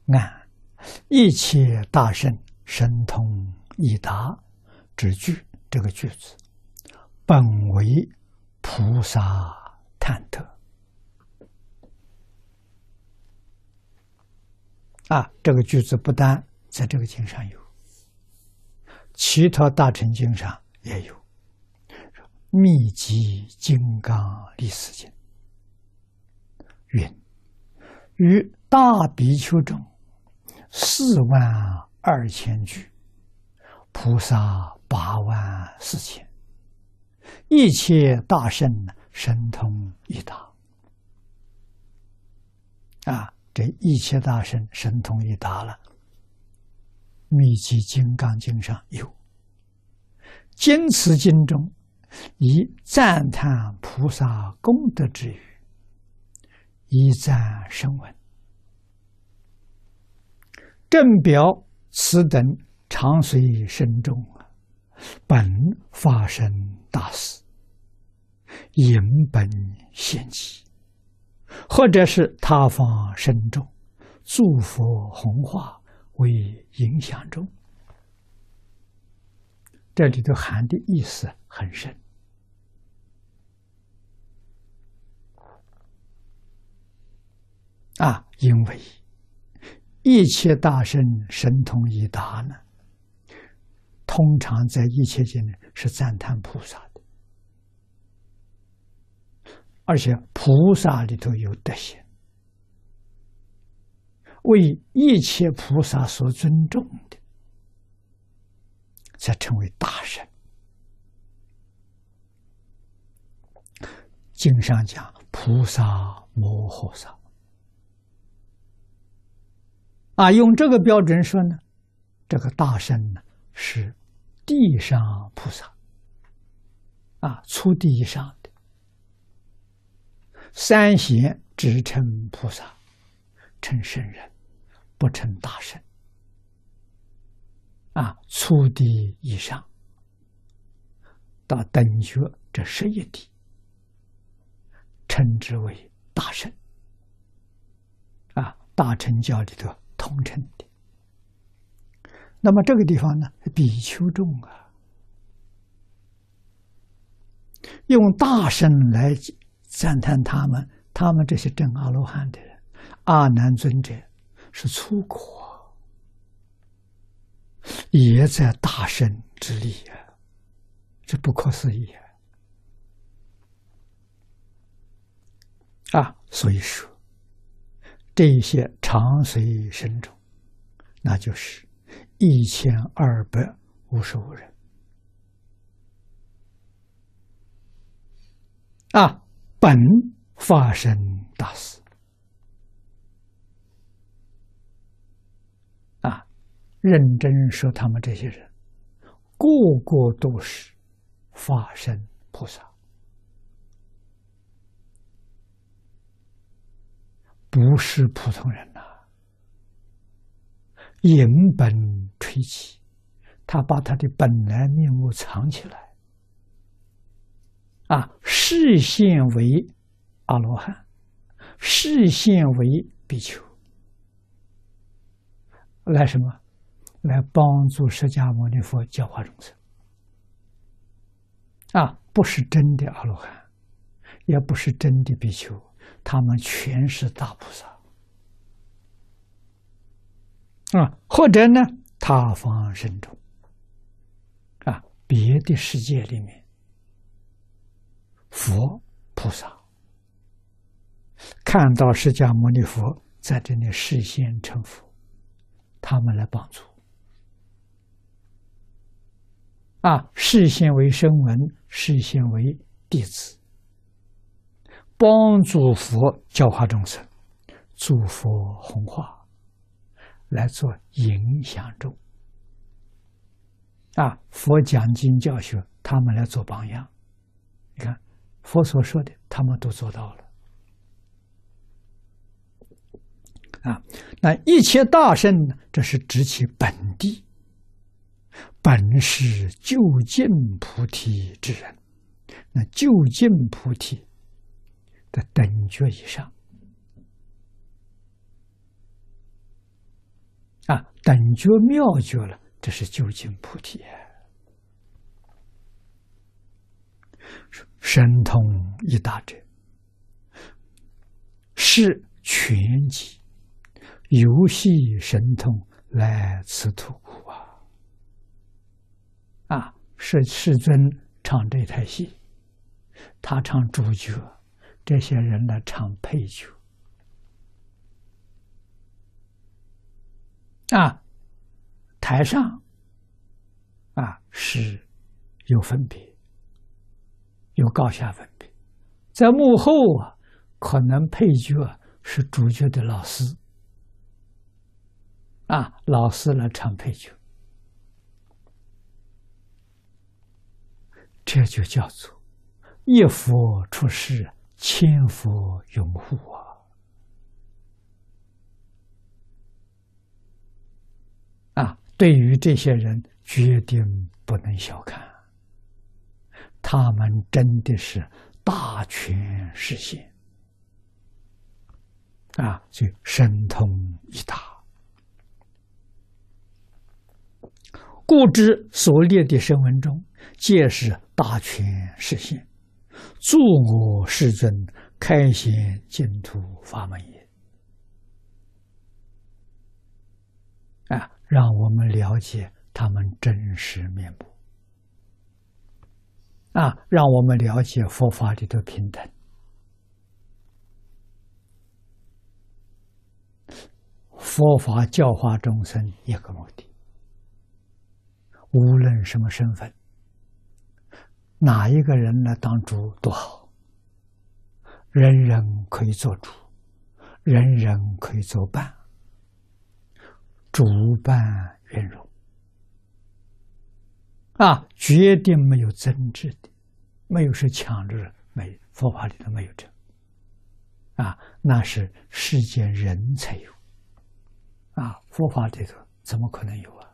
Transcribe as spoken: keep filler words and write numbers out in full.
按一切大圣神通已达之句，这个句子本为菩萨探得啊，这个句子不单在这个经上有，其他大乘经上也有。密集金刚力士经云：于大比丘中四万二千句，菩萨八万四千，一切大圣神通已达。啊，这一切大圣神通已达了，密集金刚经上有。经此经中，以赞叹菩萨功德之语，以赞声闻，正表此等常随身中本发生大事，引本现机，或者是他方深重，诸佛弘化为影响中。这里头含的意思很深啊，因为一切大圣神通已达呢，通常在一切经里是赞叹菩萨的，而且菩萨里头有德行，为一切菩萨所尊重的，才称为大圣。经上讲菩萨摩诃萨啊，用这个标准说呢，这个大圣呢是地上菩萨啊，初地以上的三贤只称菩萨，称圣人，不称大圣啊，初地以上到等觉这十一地，称之为大圣啊，大乘教里头通称的。那么这个地方呢，比丘众啊，用大圣来赞叹他们，他们这些证阿罗汉的人，阿难尊者是出国，也在大圣之力啊，这不可思议啊！啊，所以说这些常随身中，那就是一千二百五十五人啊，本发生大事啊，认真说他们这些人，个个都是法身菩萨，不是普通人呐、啊。引本垂起，他把他的本来面目藏起来啊，示现为阿罗汉，示现为比丘，来什么？来帮助释迦牟尼佛教化众生啊，不是真的阿罗汉，也不是真的比丘，他们全是大菩萨啊，或者呢，他方神中啊，别的世界里面，佛菩萨看到释迦牟尼佛在这里示现成佛，他们来帮助啊，示现为声闻，示现为弟子，帮助佛教化众生，诸佛弘化，来做影响众啊！佛讲经教学，他们来做榜样。你看佛所说的，他们都做到了啊！那一切大圣呢？这是指其本地，本是究竟菩提之人。那究竟菩提的等觉以上等觉妙觉了，这是究竟菩提。神通一大者，是全集游戏神通来此土故啊！啊，是世尊唱这台戏，他唱主角，这些人来唱配角。啊，台上啊是有分别，有高下分别，在幕后啊，可能配角是主角的老师，啊，老师来唱配角，这就叫做一佛出世，千佛拥护啊！啊，对于这些人，决定不能小看，他们真的是大权实现啊，所以神通一大。故知所列的声闻中，皆是大权实现，助我世尊开显净土法门也。啊，让我们了解他们真实面目，啊，让我们了解佛法里的平等。佛法教化众生一个目的，无论什么身份，哪一个人来当主都好，人人可以做主，人人可以做伴，主伴圆融啊，决定没有争执的，没有是强制，没佛法里头没有这啊，那是世间人才有啊，佛法里头怎么可能有啊？